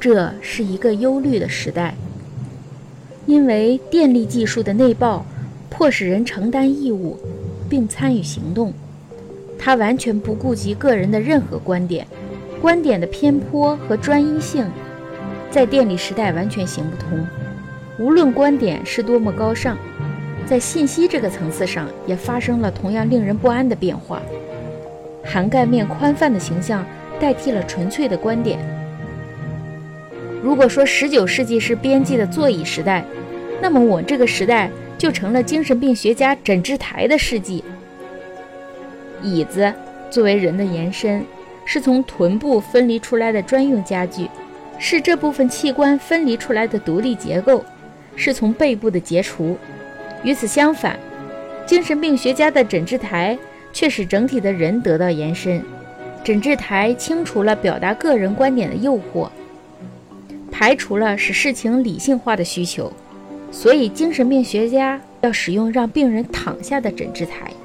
这是一个忧虑的时代，因为电力技术的内爆迫使人承担义务并参与行动，它完全不顾及个人的任何观点，观点的偏颇和专一性在电力时代完全行不通。无论观点是多么高尚，在信息这个层次上也发生了同样令人不安的变化。涵盖面宽泛的形象代替了纯粹的观点。如果说19世纪是编辑的座椅时代，那么我这个时代就成了精神病学家诊治台的世纪。椅子作为人的延伸，是从臀部分离出来的专用家具，是这部分器官分离出来的独立结构，是从背部的截除。与此相反，精神病学家的诊治台却使整体的人得到延伸。诊治台清除了表达个人观点的诱惑，排除了使事情理性化的需求，所以精神病学家要使用让病人躺下的诊治台。